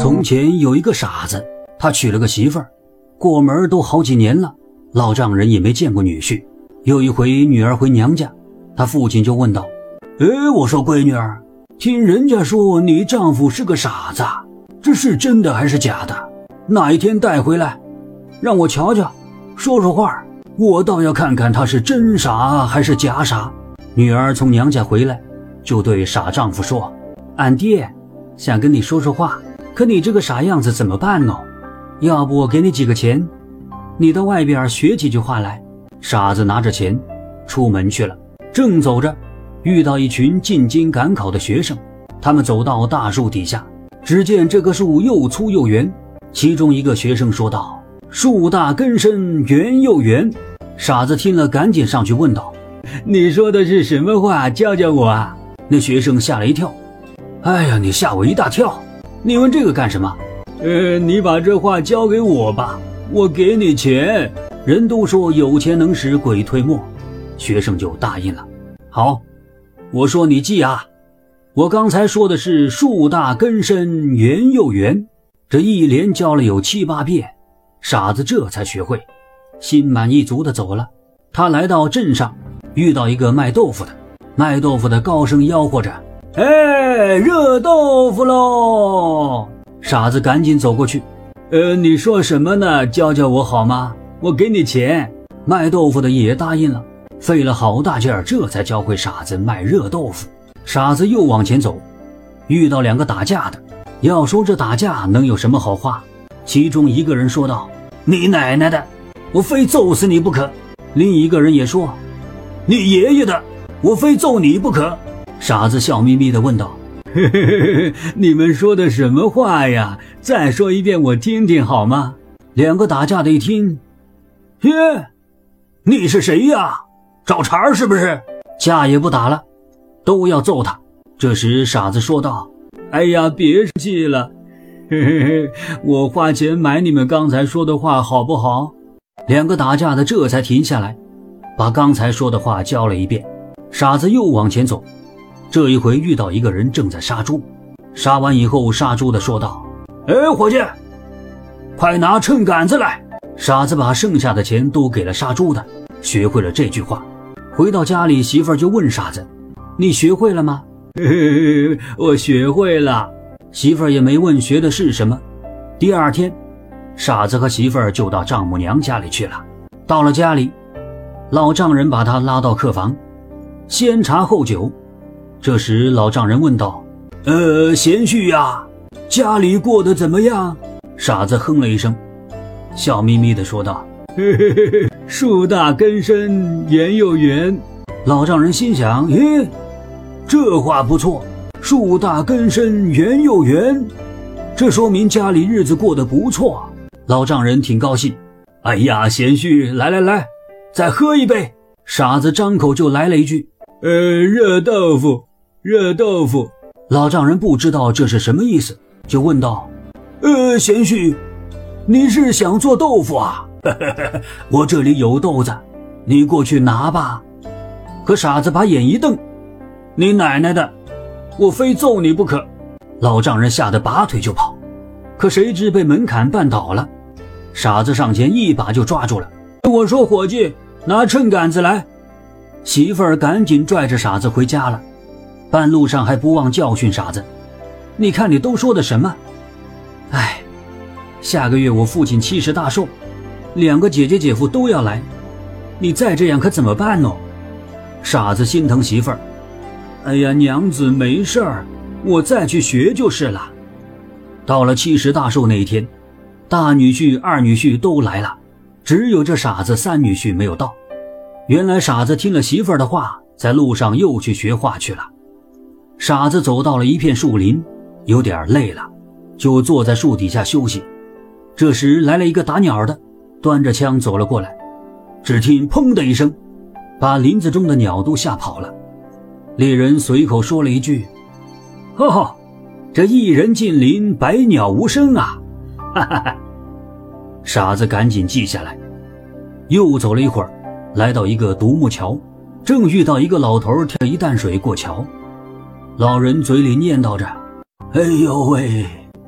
从前有一个傻子，他娶了个媳妇儿，过门都好几年了，老丈人也没见过女婿。有一回女儿回娘家，他父亲就问道：我说闺女儿，听人家说你丈夫是个傻子，这是真的还是假的？哪一天带回来让我瞧瞧，说说话，我倒要看看他是真傻还是假傻。女儿从娘家回来，就对傻丈夫说：俺爹想跟你说说话，可你这个傻样子怎么办呢？要不我给你几个钱，你到外边学几句话来。傻子拿着钱出门去了，正走着遇到一群进京赶考的学生，他们走到大树底下，只见这棵树又粗又圆，其中一个学生说道：树大根深，圆又圆。傻子听了赶紧上去问道：你说的是什么话？教教我啊。那学生吓了一跳：哎呀，你吓我一大跳，你问这个干什么？你把这话交给我吧，我给你钱。人都说有钱能使鬼推磨，学生就答应了。好，我说你记啊，我刚才说的是树大根深，圆又圆，这一连教了有7、8遍，傻子这才学会，心满意足地走了。他来到镇上，遇到一个卖豆腐的，卖豆腐的高声吆喝着：热豆腐喽！傻子赶紧走过去：你说什么呢？教教我好吗？我给你钱。卖豆腐的也答应了，费了好大劲儿，这才教会傻子卖热豆腐。傻子又往前走，遇到2个打架的。要说这打架能有什么好话？其中一个人说道：你奶奶的，我非揍死你不可。另一个人也说：你爷爷的，我非揍你不可。傻子笑眯眯地问道：你们说的什么话呀？再说一遍我听听好吗？2个打架的一听：你是谁呀？找茬是不是？架也不打了，都要揍他。这时傻子说道：哎呀，别生气了，我花钱买你们刚才说的话好不好？2个打架的这才停下来，把刚才说的话教了一遍。傻子又往前走，这一回遇到一个人正在杀猪。杀完以后，杀猪的说道：伙计，快拿秤杆子来。傻子把剩下的钱都给了杀猪的，学会了这句话。回到家里，媳妇儿就问傻子：你学会了吗？我学会了。媳妇儿也没问学的是什么。第二天，傻子和媳妇儿就到丈母娘家里去了。到了家里，老丈人把他拉到客房，先茶后酒。这时老丈人问道：贤婿呀，家里过得怎么样？傻子哼了一声，笑眯眯地说道：树大根深，圆又圆。老丈人心想：这话不错，树大根深，圆又圆，这说明家里日子过得不错。老丈人挺高兴：哎呀，贤婿，来，再喝一杯。傻子张口就来了一句：热豆腐，热豆腐。老丈人不知道这是什么意思，就问道：贤婿，你是想做豆腐啊？我这里有豆子，你过去拿吧。可傻子把眼一瞪：你奶奶的，我非揍你不可。老丈人吓得拔腿就跑，可谁知被门槛绊倒了。傻子上前一把就抓住了。我说伙计，拿秤杆子来。媳妇儿赶紧拽着傻子回家了，半路上还不忘教训傻子：你看你都说的什么？下个月我父亲70大寿，2个姐姐姐夫都要来，你再这样可怎么办呢？傻子心疼媳妇儿：哎呀，娘子没事儿，我再去学就是了。到了70大寿那一天，大女婿、二女婿都来了，只有这傻子3女婿没有到。原来傻子听了媳妇儿的话，在路上又去学画去了。傻子走到了一片树林，有点累了，就坐在树底下休息。这时来了一个打鸟的，端着枪走了过来，只听砰的一声，把林子中的鸟都吓跑了。猎人随口说了一句：这一人进林，百鸟无声啊！哈哈哈。傻子赶紧记下来。又走了一会儿，来到一个独木桥，正遇到一个老头挑一担水过桥。老人嘴里念叨着：哎呦喂，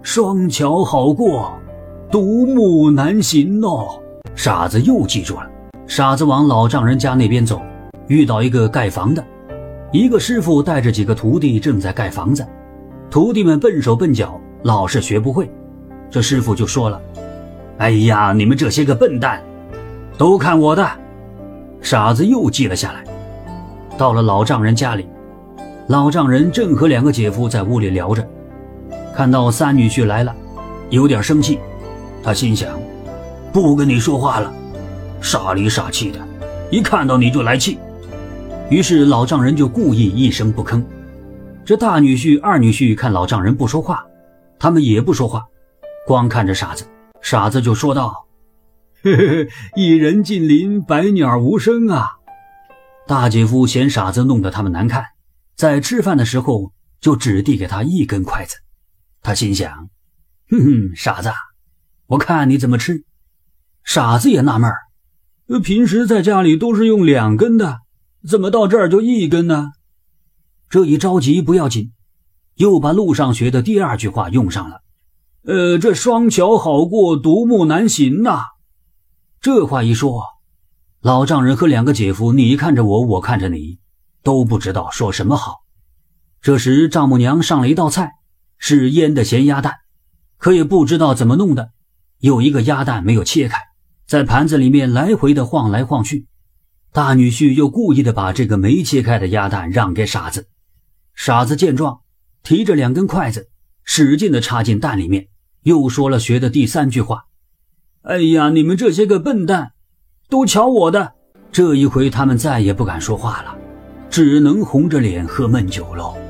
双桥好过，独木难行哦。傻子又记住了。傻子往老丈人家那边走，遇到一个盖房的，一个师傅带着几个徒弟正在盖房子，徒弟们笨手笨脚，老是学不会。这师傅就说了：哎呀，你们这些个笨蛋，都看我的。傻子又记了下来。到了老丈人家里，老丈人正和2个姐夫在屋里聊着，看到3女婿来了，有点生气。他心想，不跟你说话了，傻里傻气的，一看到你就来气。于是老丈人就故意一声不吭。这大女婿、2女婿看老丈人不说话，他们也不说话，光看着傻子。傻子就说道：嘿嘿，一人近邻，百鸟无声啊。大姐夫嫌傻子弄得他们难看，在吃饭的时候就只递给他1根筷子。他心想，哼哼，傻子，我看你怎么吃。傻子也纳闷，平时在家里都是用2根的，怎么到这儿就1根呢？这一着急不要紧，又把路上学的第2句话用上了。这双桥好过，独木难行呐。这话一说，老丈人和2个姐夫你看着我，我看着你，都不知道说什么好。这时丈母娘上了一道菜，是腌的咸鸭蛋，可也不知道怎么弄的，有一个鸭蛋没有切开，在盘子里面来回的晃来晃去。大女婿又故意的把这个没切开的鸭蛋让给傻子。傻子见状，提着2根筷子使劲的插进蛋里面，又说了学的第3句话：哎呀，你们这些个笨蛋，都瞧我的。这一回他们再也不敢说话了，只能红着脸喝闷酒喽。